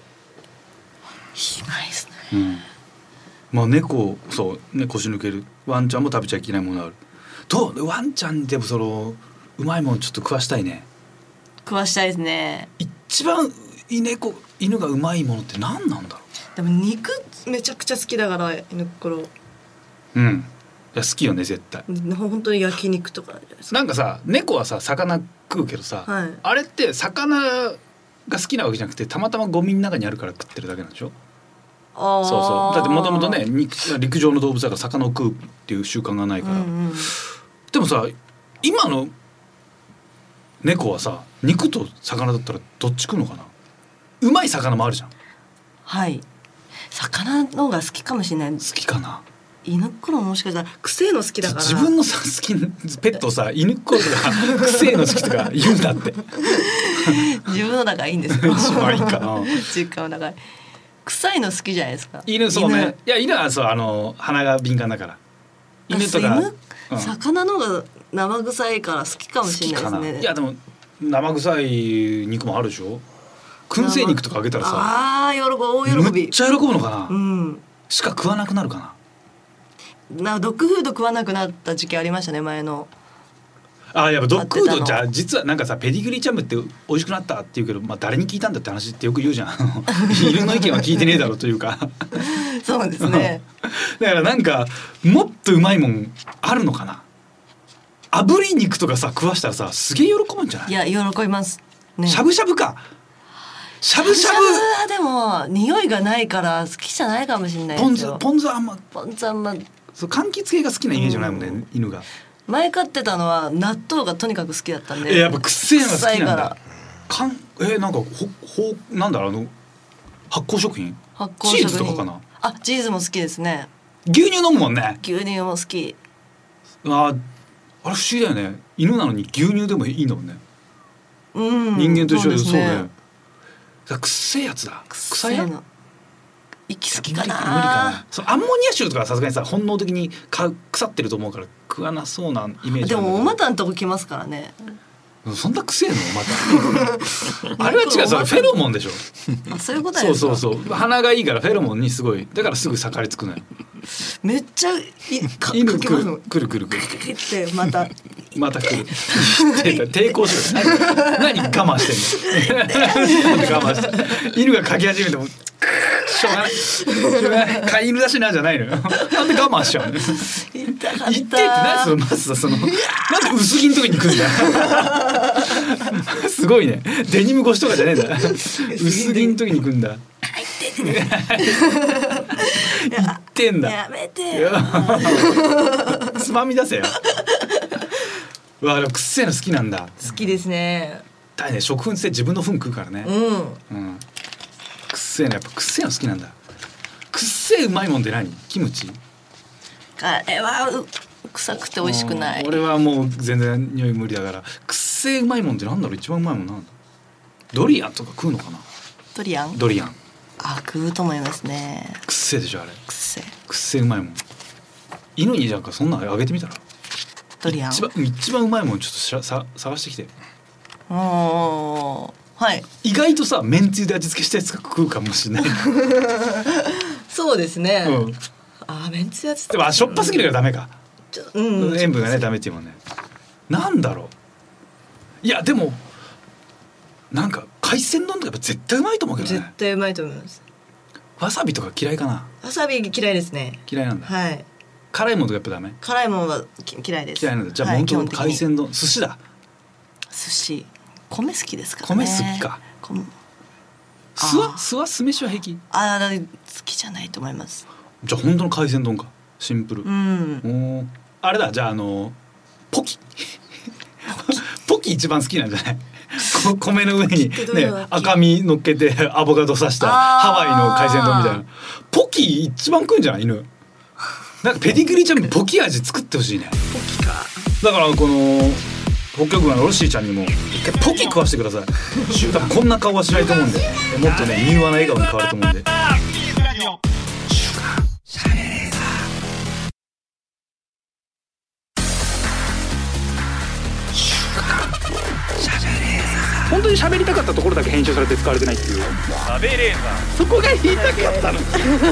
ないですね。 うん。まあ猫そうね、腰抜ける。ワンちゃんも食べちゃいけないものある。どうワンちゃんでもうまいもんちょっと食わしたいね。 食わしたいですね。 一番犬がうまいものって何なんだろう。でも肉めちゃくちゃ好きだから犬っころ。 うん。いや好きよね絶対。 本当に焼肉とかなんかさ、猫はさ魚食うけどさ、 はい、 あれって魚が好きなわけじゃなくてたまたまゴミの中にあるから食ってるだけなんでしょ。そうそうだってもともとね陸上の動物だから魚を食うっていう習慣がないから、でもさ今の猫はさ肉と魚だったらどっち食うのかな。うまい魚もあるじゃん。 はい、魚の方が好きかもしれない。 好きかな。 犬っころもしかしたら臭いの好きだから。 自分のさ好きペットをさ犬っころとか臭いの好きとか言うんだって自分の中いいんですよ。 一番いいかな。 実家の中臭いの好きじゃないですか。 犬そうね。いや犬はそう鼻が敏感だから。犬とか、 魚の方が生臭いから好きかもしれないですね。 いやでも生臭い肉もあるでしょ。燻製肉とかあげたらさ、 大喜び。 めっちゃ喜ぶのかな。 うん。 しか食わなくなるかな。ドッグフード食わなくなった時期ありましたね、前の。 やっぱドッグフードじゃ実はなんかさペディグリーチャムって美味しくなったって言うけど、まあ誰に聞いたんだって話ってよく言うじゃん。犬の意見は聞いてねえだろうというか。 そうですね。 だからなんかもっとうまいもんあるのかな。炙り肉とかさ食わしたらさすげえ喜ぶんじゃない。 いや喜びます、ね、 しゃぶしゃぶか。しゃぶしゃぶはでも匂いがないから好きじゃないかもしれないですよ。 ポン酢あんまそう柑橘系が好きなイメージじゃないもんね、犬が。 前飼ってたのは納豆がとにかく好きだったんで。 やっぱくっせえのが好きなんだ。なんかなんだろう発酵食品チーズとかかな。 チーズも好きですね。 牛乳飲むもんね。 牛乳も好き。 あれ不思議だよね。犬なのに牛乳でもいいんだもんね。人間と一緒でそうね。くっせえやつだ。臭いの息好きかな。 無理かな。アンモニア臭とかさすがにさ本能的に腐ってると思うから食わなそうなイメージ。 でもお股のとこ来ますからね。 そんなくせえのお股。あれは違う、それフェロモンでしょ。 そういうことですか。 そう鼻がいいからフェロモンにすごいだからすぐ盛りつくのよ。 めっちゃ犬来るってまた来る。抵抗しろ。何我慢してんの。我慢して犬が嗅ぎ始めてもしょうがない飼い犬だしなじゃないのよ。なんで我慢しちゃうの。 痛かった。 言ってって何そのまずさなんで薄着の時に来るんだよ。すごいね。デニム越しとかじゃねえんだ。薄着の時に来るんだ。言ってんだ。 やめてよ。 つまみ出せよ。でもくっせえの好きなんだ。 好きですね。 だね、食粉って自分の糞食うからね。くっせえのやっぱくっせえの好きなんだ。くっせえうまいもんって何？キムチ？ あれは臭くて美味しくない。 俺はもう全然匂い無理だから。くっせえうまいもんってなんだろう。一番うまいもんなんだ。ドリアンとか食うのかな。 ドリアン食うと思いますね。 くっせえでしょあれ。 くっせえうまいもん。犬になんかそんなのあげてみたら。 ドリアン一番うまいもんちょっと探してきて。 はい。 意外とさめんつゆで味付けしたやつが食うかもしれない。 そうですね。めんつゆやつでもしょっぱすぎるからダメか。塩分がねダメっていうもんね。なんだろう。いやでもなんか海鮮丼とかやっぱ絶対うまいと思うけどね。 絶対うまいと思います。 わさびとか嫌いかな。 わさび嫌いですね。 嫌いなんだ。 はい。 辛いものとかやっぱダメ。 辛いものは嫌いです。 嫌いなんだ。じゃあ本当海鮮丼、寿司だ。 寿司米好きですかね。 米好きか。酢飯は平気。 好きじゃないと思います。 じゃあ本当の海鮮丼か。シンプル。あれだ。じゃあポキポキ一番好きなんじゃない。米の上にね赤身乗っけてアボカド刺したハワイの海鮮丼みたいな。ポキ一番食うんじゃない犬。なんかペディグリーちゃんにポキ味作ってほしいね。 ポキか。 だからこの北極熊のロッシーちゃんにも一回ポキ食わしてください。多分こんな顔はしないと思うんで、もっとね柔和な笑顔に変わると思うんで。本当に喋りたかったところだけ編集されて使われてないっていう。喋れーそこが言いたかったの。喋れー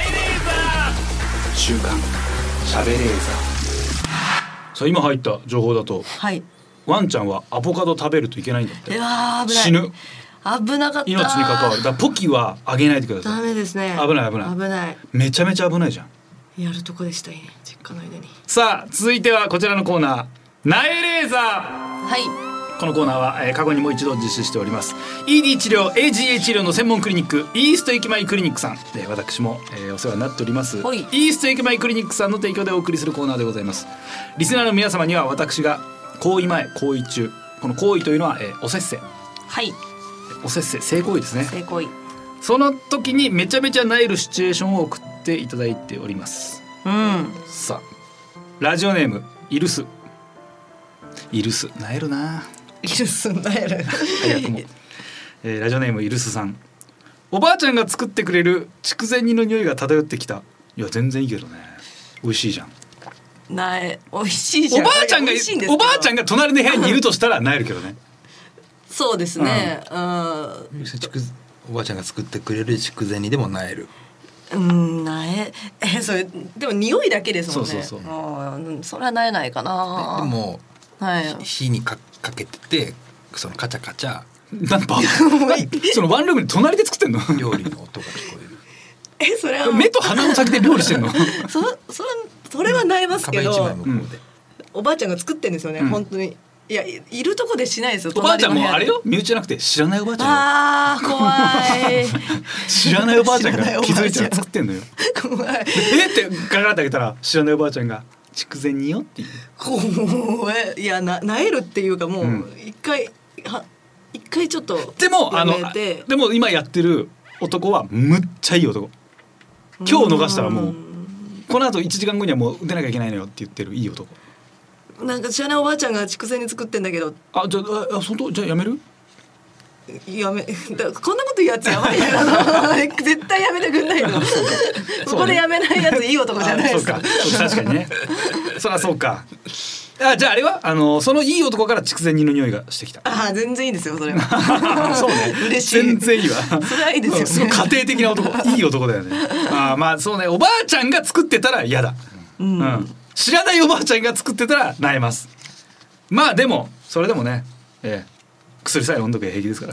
週刊喋れーさあ今入った情報だと、 はい、 ワンちゃんはアボカド食べるといけないんだって。 危ない、 死ぬ、 危なかった。 命に関わる。だからポキはあげないでください。 ダメですね。 危ない危ない危ない。 めちゃめちゃ危ないじゃん。 やるとこでしたね、実家の間に。 さあ続いてはこちらのコーナー、ナエレーザー。 はい、 このコーナーは、過去にもう一度実施しております ED 治療 AGA 治療の専門クリニックイースト駅前クリニックさんで、私も、お世話になっておりますイースト駅前クリニックさんの提供でお送りするコーナーでございます。リスナーの皆様には私が行為前行為中、この行為というのは、おせっせ、 はい、 おせっせ性行為ですね。 性行為、 その時にめちゃめちゃなえるシチュエーションを送っていただいております。さあラジオネームイルス。イルスなえるな。 イルスなえる。 ありがとうも、ラジオネームイルスさん。おばあちゃんが作ってくれる筑前煮の匂いが漂ってきた。いや全然いいけどね、美味しいじゃん。 なえ、美味しいじゃん。 おばあちゃんが隣の部屋にいるとしたらなえるけどね。 そうですね、 おばあちゃんが作ってくれる筑前煮でもなえる。 なえ、それでも匂いだけですもんね。 そうそれはなえないかな。 でも、 はい、 火にかけてて、そのカチャカチャなんかそのワンルームに隣で作ってんの。 料理の音が聞こえる。 それは目と鼻の先で料理してんの。 それはなえますけど、 壁一枚向こうで、 おばあちゃんが作ってんですよね、本当に。いや、いるとこでしないですよ。 おばあちゃんもあれよ、身内じゃなくて知らないおばあちゃんよ。 怖い。 知らないおばあちゃんが気づいちゃう作ってんのよ。 怖い。 ってガラガラってあげたら知らないおばあちゃんが筑前煮よっていう。 怖い。いや、なえるっていうか、もう一回ちょっとでもでも今やってる男はむっちゃいい男。今日逃したらもうこの後1時間後にはもう出なきゃいけないのよって言ってるいい男。 なんか知らないおばあちゃんが筑前煮作ってんだけど。 じゃあやめる？ こんなこと言うやつやばいよ。絶対やめてくんないの。そこでやめないやついい男じゃないですか。 確かにね。そりゃそうか。じゃああれはそのいい男から筑前煮の匂いがしてきた。 全然いいですよそれは。 そうね。 嬉しい。 全然いいわ。 それはいいですよね。 すごい家庭的な男、いい男だよね。まあそうね。おばあちゃんが作ってたら嫌だ。知らないおばあちゃんが作ってたらなえます。まあでもそれでもね、薬さえ飲んどけ平気ですから。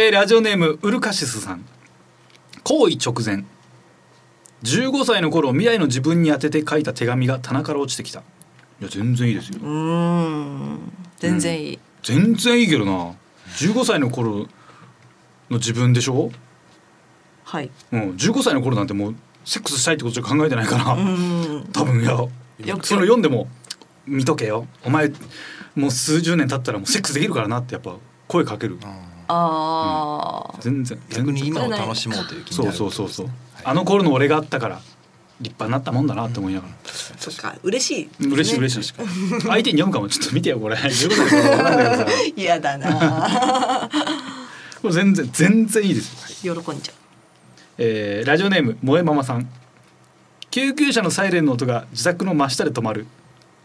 ラジオネームウルカシスさん。行為直前。15歳の頃未来の自分に宛てて書いた手紙が棚から落ちてきた。いや全然いいですよ。 全然いい、 全然いいけどな。15歳の頃の自分でしょ。 はい、 15歳の頃なんてもうセックスしたいってことしか考えてないから、多分その読んでも見とけよお前、もう数十年経ったらもうセックスできるからなってやっぱ声かける。全然逆に今を楽しもうという気になる。 そう、あの頃の俺があったから立派になったもんだなって思いながら。 そっか、嬉しい、 嬉しい相手に読むかも。ちょっと見てよこれ。15歳の頃なんだけどさ。 嫌だな。 これ全然いいですよ。 喜んじゃう。ラジオネーム萌えママさん。救急車のサイレンの音が自宅の真下で止まる。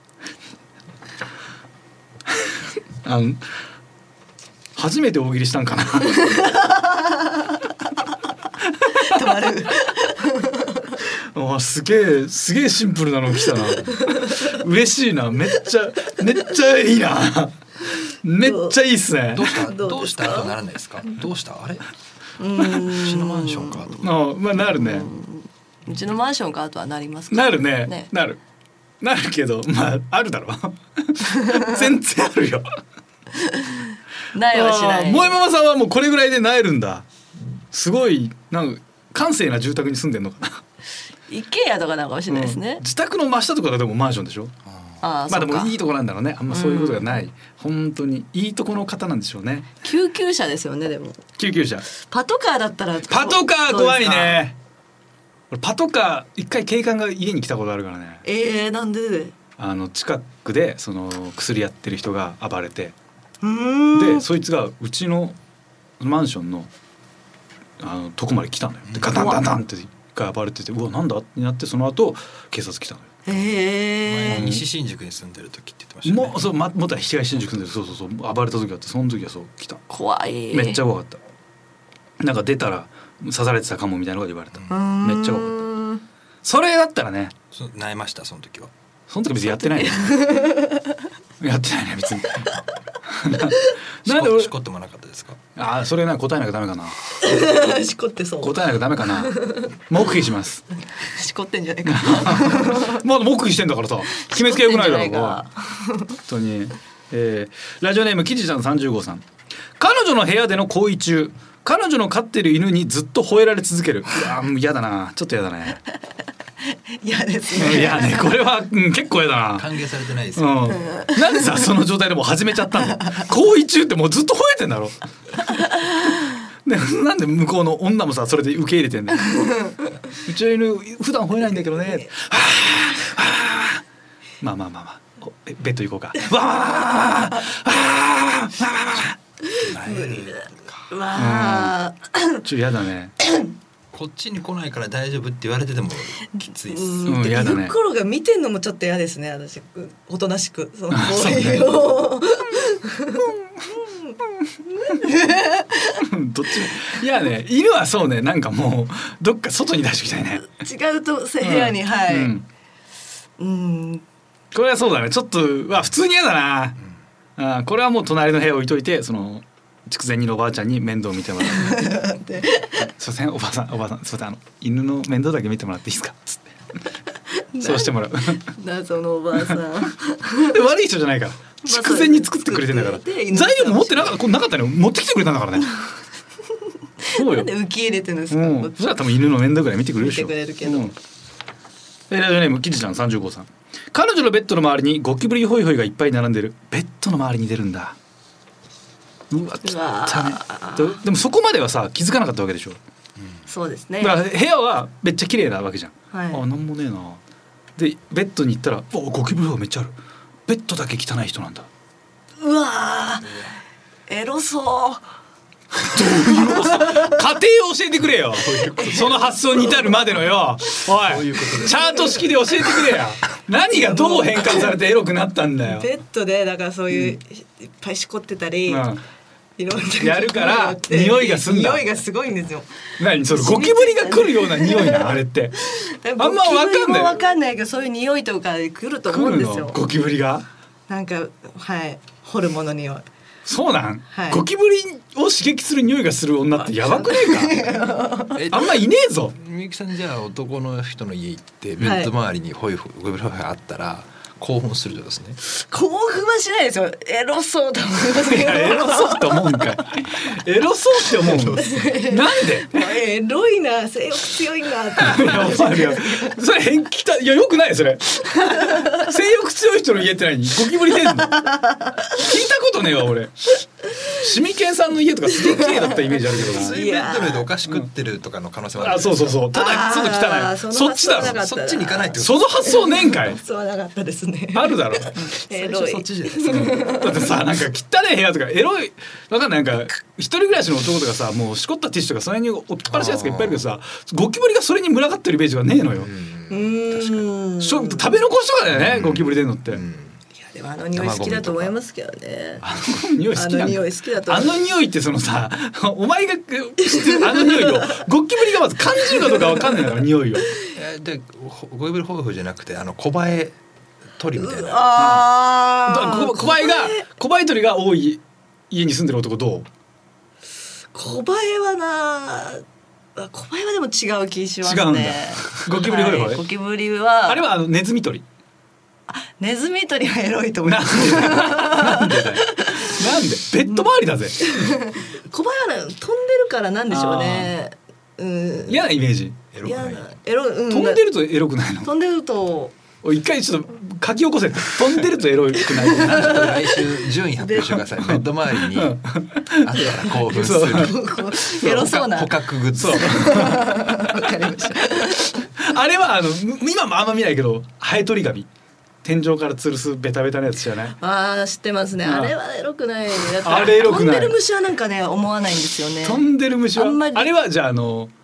初めて大喜利したんかな。 止まる。 すげえシンプルなの来たな。嬉しいな。めっちゃいいな。めっちゃいいっすね。 どうしたとならないですか。どうしたあれ。うちのマンションかとか。 まあなるね。 うちのマンションかとはなりますか。 なるね。なるけどまああるだろ。全然あるよ。 なえはしない。 萌えママさんはもうこれぐらいでなえるんだ。すごいなんか閑静な住宅に住んでんのかな。 一軒家とかなんかもしれないですね。 自宅の真下とかでもマンションでしょ。まあでもいいとこなんだろうね。あんまそういうことがない。本当にいいとこの方なんでしょうね。 救急車ですよね。でも救急車。 パトカーだったら。 パトカー怖いね。俺パトカー一回警官が家に来たことあるからね。 なんで。 近くでその薬やってる人が暴れて、 でそいつがうちのマンションのとこまで来たのよ。でガタンガタンって一回暴れてて、うわなんだってなって、その後警察来たのよ。 前西新宿に住んでる時って言ってましたね。 もうそうまた東新宿住んでる、そう暴れた時があって、その時はそう来た。 怖い。 めっちゃ怖かった。なんか出たら刺されてたかもみたいなこと言われた。めっちゃ怖かった。それだったらね。 萎えましたその時は。 その時別にやってないよ。やってないね別に。 なんでしこってもなかったですか。 それ答えなきゃダメかな。 しこってそう。 答えなきゃダメかな。黙秘します。 しこってんじゃないか。 まだ黙秘してんだからさ、決めつけよくないだろう。本当に。ラジオネームキジちゃん30号さん。彼女の部屋での行為中、彼女の飼ってる犬にずっと吠えられ続ける。嫌だな、ちょっと嫌だね。 嫌ですね。 いやね、これは、結構嫌だな。 歓迎されてないですよ、 なんでさその状態でもう始めちゃったの。行為中ってもうずっと吠えてんだろ。なんで向こうの女もさそれで受け入れてんだよ。うちの犬普段吠えないんだけどね。まあベッド行こうか。ちょっと嫌だね。 こっちに来ないから大丈夫って言われててもきついです。 嫌だね。袋が見てんのもちょっと嫌ですね。私おとなしくその行為を。 どっちいやね、犬はそうね、なんかもうどっか外に出してきたいね。 違うと部屋に、はい。 これはそうだね、ちょっと普通に嫌だな。これはもう隣の部屋置いといて、その筑前煮のおばあちゃんに面倒見てもらう。すいませんおばあさんすいません犬の面倒だけ見てもらっていいですかつってそうしてもらう。 そのおばあさん悪い人じゃないから、筑前に作ってくれてんだから。材料も持ってなかったのよ。持ってきてくれたんだからね。そうよ。 なんで受け入れてるんですか。 そしたら多分犬の面倒ぐらい見てくれるでしょ。 見てくれるけど。 ラジオネームキジちゃん30号さん。彼女のベッドの周りにゴキブリホイホイがいっぱい並んでる。ベッドの周りに出るんだ。うわ汚ね。でもそこまではさ気づかなかったわけでしょ。 そうですね。 だから部屋はめっちゃ綺麗なわけじゃん。 はい、 なんもねえな。でベッドに行ったらゴキブリがめっちゃある。ベッドだけ汚い人なんだ。 うわエロそう。 どういうこと？家庭を教えてくれよ。その発想に至るまでのよ。おい、チャート式で教えてくれや。何がどう変換されてエロくなったんだよ。 ベッドでだからそういう、いっぱいしこってたり、いろんなやるから匂いがすんだ。 匂いがすごいんですよ。 何それゴキブリが来るような匂いなあれって。あんま分かんない。ゴキブリも分かんないけどそういう匂いとかで来ると思うんですよ。 ゴキブリが。 なんかホルモンの匂い。 そうなん、ゴキブリを刺激する匂いがする女ってやばくねえか。あんまいねえぞ。 みゆきさんじゃあ男の人の家行ってベッド周りにゴキブリホイホイあったら興奮するとですね。 興奮はしないですよ。エロそうと思いますけど。 エロそうって思うんかい。エロそうって思う。なんで？ エロいな、性欲強いなって。 いやそれ変きたいやよくないそれ。性欲強い人の家って何？ゴキブリ出んの？聞いたことねえわ俺。シミケンさんの家とかすげえ綺麗だったイメージあるけどな。 水ベッドでお菓子食ってるとかの可能性はある。 そう。ただちょっと汚い。そっちだろ。 そっちに行かないって。 その発想ねえんかい。 そうはなかったですね。 あるだろ。 エロい。 そっちじゃないですか。 だってさなんか汚い部屋とかエロいわかんないなんか一人暮らしの男とかさもうしこったティッシュとかその辺に置きっぱなしのやつがいっぱいいるけどさゴキブリがそれに群がってるイメージがねえのよ。確かに。食べ残しとかだよねゴキブリ出るのって。 でも匂い好きだと思いますけどね。 匂い好きなんだ。 匂い好きだと思う。 匂いってそのさお前が知ってる匂いをゴキブリがまず感じるかどうかわかんないから匂いを。 でゴキブリホイホイじゃなくて小バエ鳥みたいな。 小バエ鳥が多い家に住んでる男どう？ 小バエは小バエはでも違う気しますね。 違うんだ。ゴキブリホイホイ。 ゴキブリはあれはネズミ捕り。 ネズミ捕りはエロいと思います。 なんでベッド周りだぜ。 小バエは飛んでるからなんでしょうね。 嫌なイメージ。 エロくない。 飛んでるとエロくないの？ 飛んでると一回ちょっと書き起こせって。飛んでるとエロくない。 来週順位発表してください。ベッド周りにあったら興奮する。 エロそうな捕獲グッズ。 わかりました。 あれは今もあんま見ないけどハエ取り紙っ天井から吊るすベタベタなやつじゃない？ ああ知ってますね。あれはエロくない。 あれエロくない。 飛んでる虫はなんかね思わないんですよね。 飛んでる虫はあんまりあれはじゃあ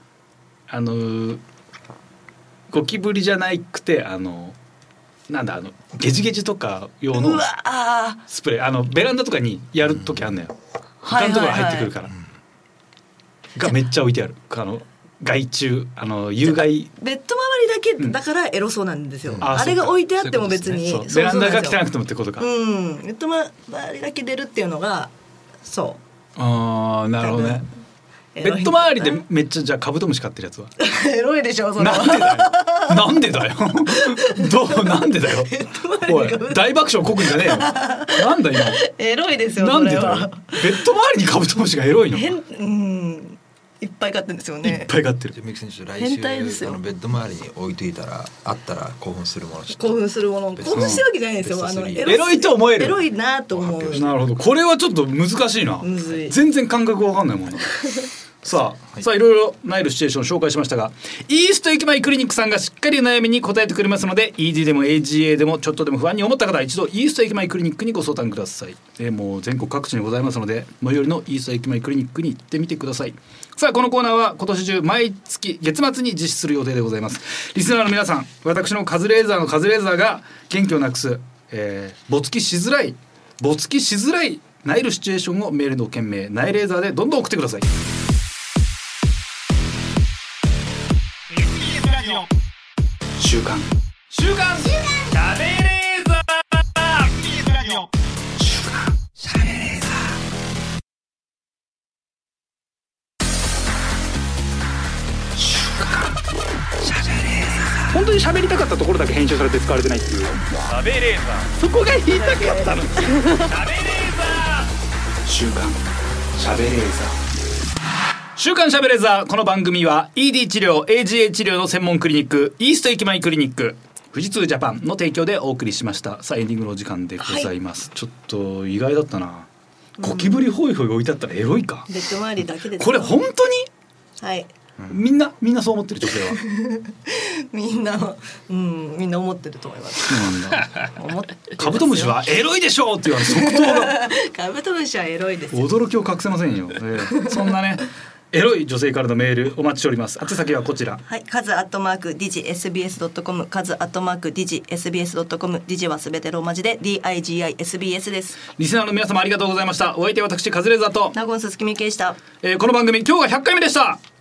ゴキブリじゃなくてなんだゲジゲジとか用のスプレーベランダとかにやる時あんのよ。他のところ入ってくるから、がめっちゃ置いてある。害虫有害ベッド周りだけだからエロそうなんですよ。あれが置いてあっても別にベランダが汚くてもってことか。 ベッド周りだけ出るっていうのがそう。 ああなるほどね。ベッド周りでめっちゃじゃあカブトムシ飼ってるやつはエロいでしょそれは。 なんでだよなんでだよおい大爆笑こくんじゃねえよ。なんだ今エロいですよ。 なんでだよベッド周りにカブトムシがエロいの。 いっぱい飼ってるんですよね。 いっぱい飼ってる。 ミキ選手来週ベッド周りに置いといたらあったら興奮するもの。 興奮するもの。興奮してるわけじゃないですよ。 エロいと思える。 エロいなと思う。 なるほど。これはちょっと難しいな。全然感覚わかんないもんな。さあいろいろなえるシチュエーションを紹介しましたが、イースト駅前クリニックさんがしっかり悩みに答えてくれますので、 ED でも AGA でもちょっとでも不安に思った方は一度イースト駅前クリニックにご相談ください。もう全国各地にございますので、最寄りのイースト駅前クリニックに行ってみてください。さあこのコーナーは今年中毎月月末に実施する予定でございます。リスナーの皆さん、私のカズレーザーが元気をなくす、ぼつきしづらいなえるシチュエーションをメールの件名なえレーザーでどんどん送ってください。 週刊しゃべれーザー。本当に喋りたかったところだけ編集されて使われてないっていう。しゃべれーザー。そこが言いたかったの。しゃべれーザー。 週刊しゃべれーザー。 週刊しゃべれーザー。この番組は ED 治療 AGA 治療の専門クリニックイースト駅前クリニック富士通ジャパンの提供でお送りしました。さあエンディングのお時間でございます、ちょっと意外だったな。ゴキブリホイホイ置いてあったらエロいか。 ベッド周りだけですこれ本当にはい、 みんなそう思ってる女性はみんな思ってると思います。 そうなんだ。カブトムシはエロいでしょうっていう即答がカブトムシはエロいですよ。 驚きを隠せませんよ、そんなねエロい女性からのメールお待ちしております。宛先はこちら。 はい、kazu@digisbs.com、kazu@digisbs.com、digiはすべてローマ字で DIGISBS です。 リスナーの皆様ありがとうございました。お相手は私カズレーザーとナゴンススキミケイでした。 この番組今日が100回目でした。